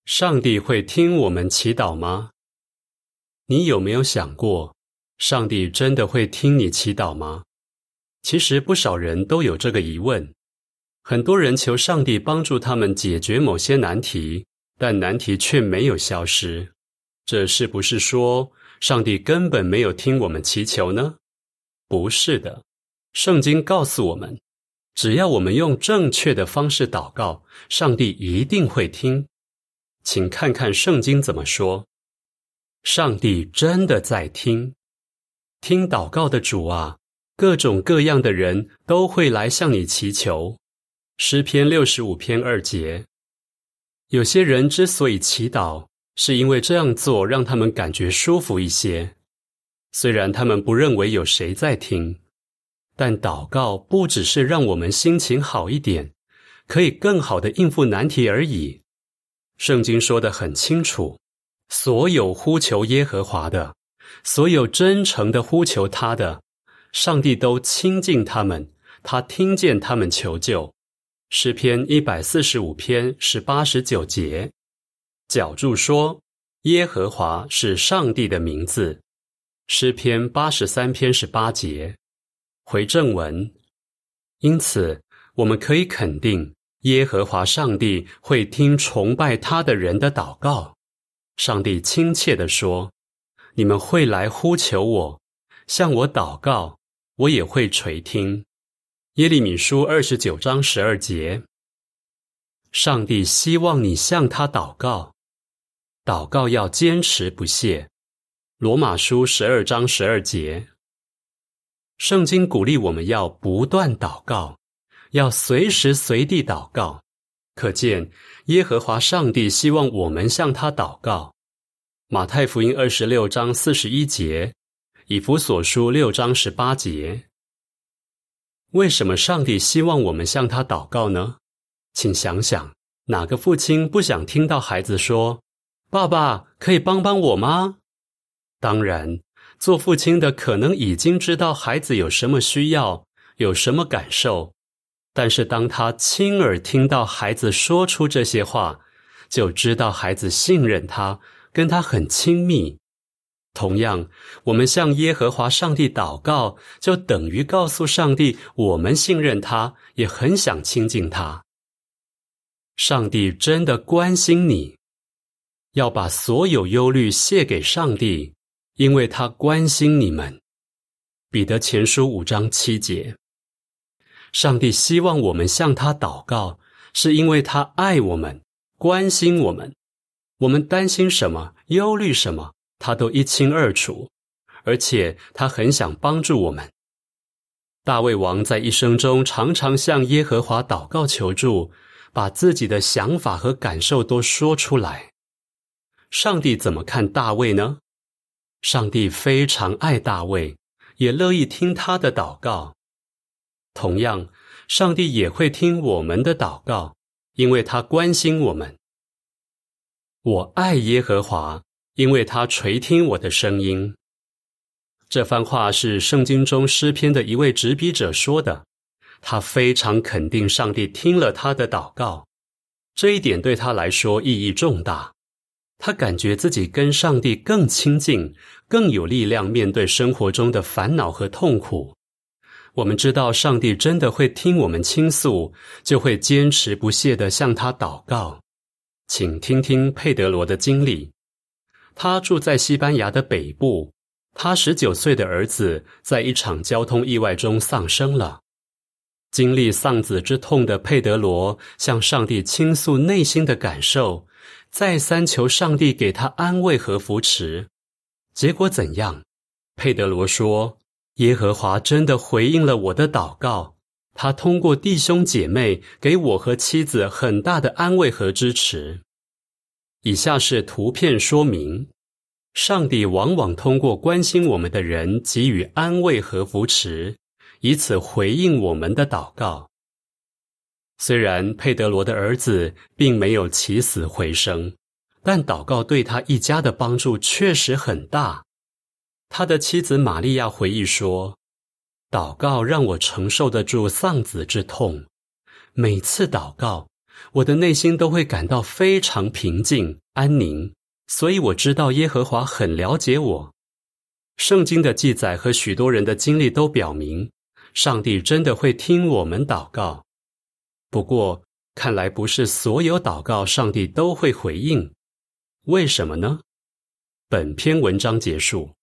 上帝会听我们祈祷吗？你有没有想过，上帝真的会听你祈祷吗？其实不少人都有这个疑问。很多人求上帝帮助他们解决某些难题，但难题却没有消失。这是不是说上帝根本没有听我们祈求呢？不是的，圣经告诉我们，只要我们用正确的方式祷告，上帝一定会听。请看看圣经怎么说。上帝真的在听。听祷告的主啊，各种各样的人都会来向你祈求。诗篇65篇2节。有些人之所以祈祷，是因为这样做让他们感觉舒服一些。虽然他们不认为有谁在听，但祷告不只是让我们心情好一点，可以更好地应付难题而已。圣经说得很清楚，所有呼求耶和华的，所有真诚地呼求他的，上帝都亲近他们，他听见他们求救。诗篇145篇18、19节。脚注说，耶和华是上帝的名字。诗篇83篇18节。回正文。因此，我们可以肯定，耶和华上帝会听崇拜他的人的祷告。上帝亲切地说，你们会来呼求我，向我祷告，我也会垂听。耶利米书29章12节。上帝希望你向他祷告，祷告要坚持不懈。罗马书12章12节。圣经鼓励我们要不断祷告，要随时随地祷告。可见耶和华上帝希望我们向他祷告。马太福音26章41节，以弗所书6章18节。为什么上帝希望我们向他祷告呢？请想想，哪个父亲不想听到孩子说，爸爸，可以帮帮我吗？当然，做父亲的可能已经知道孩子有什么需要，有什么感受，但是当他亲耳听到孩子说出这些话，就知道孩子信任他，跟他很亲密。同样，我们向耶和华上帝祷告，就等于告诉上帝，我们信任他，也很想亲近他。上帝真的关心你，要把所有忧虑卸给上帝，因为他关心你们。彼得前书5章7节。上帝希望我们向他祷告，是因为他爱我们，关心我们。我们担心什么，忧虑什么，他都一清二楚，而且他很想帮助我们。大卫王在一生中常常向耶和华祷告求助，把自己的想法和感受都说出来。上帝怎么看大卫呢？上帝非常爱大卫，也乐意听他的祷告。同样，上帝也会听我们的祷告，因为他关心我们。我爱耶和华，因为他垂听我的声音。这番话是圣经中诗篇的一位执笔者说的，他非常肯定上帝听了他的祷告，这一点对他来说意义重大。他感觉自己跟上帝更亲近，更有力量面对生活中的烦恼和痛苦。我们知道上帝真的会听我们倾诉，就会坚持不懈地向他祷告。请听听佩德罗的经历。他住在西班牙的北部，他19岁的儿子在一场交通意外中丧生了。经历丧子之痛的佩德罗向上帝倾诉内心的感受，再三求上帝给他安慰和扶持。结果怎样？佩德罗说，耶和华真的回应了我的祷告，他通过弟兄姐妹给我和妻子很大的安慰和支持。以下是图片说明，上帝往往通过关心我们的人给予安慰和扶持，以此回应我们的祷告。虽然佩德罗的儿子并没有起死回生，但祷告对他一家的帮助确实很大。他的妻子玛利亚回忆说，祷告让我承受得住丧子之痛，每次祷告， 我的内心都会感到非常平静、安宁，所以我知道耶和华很了解我。圣经的记载和许多人的经历都表明，上帝真的会听我们祷告。不过，看来不是所有祷告上帝都会回应。为什么呢？本篇文章结束。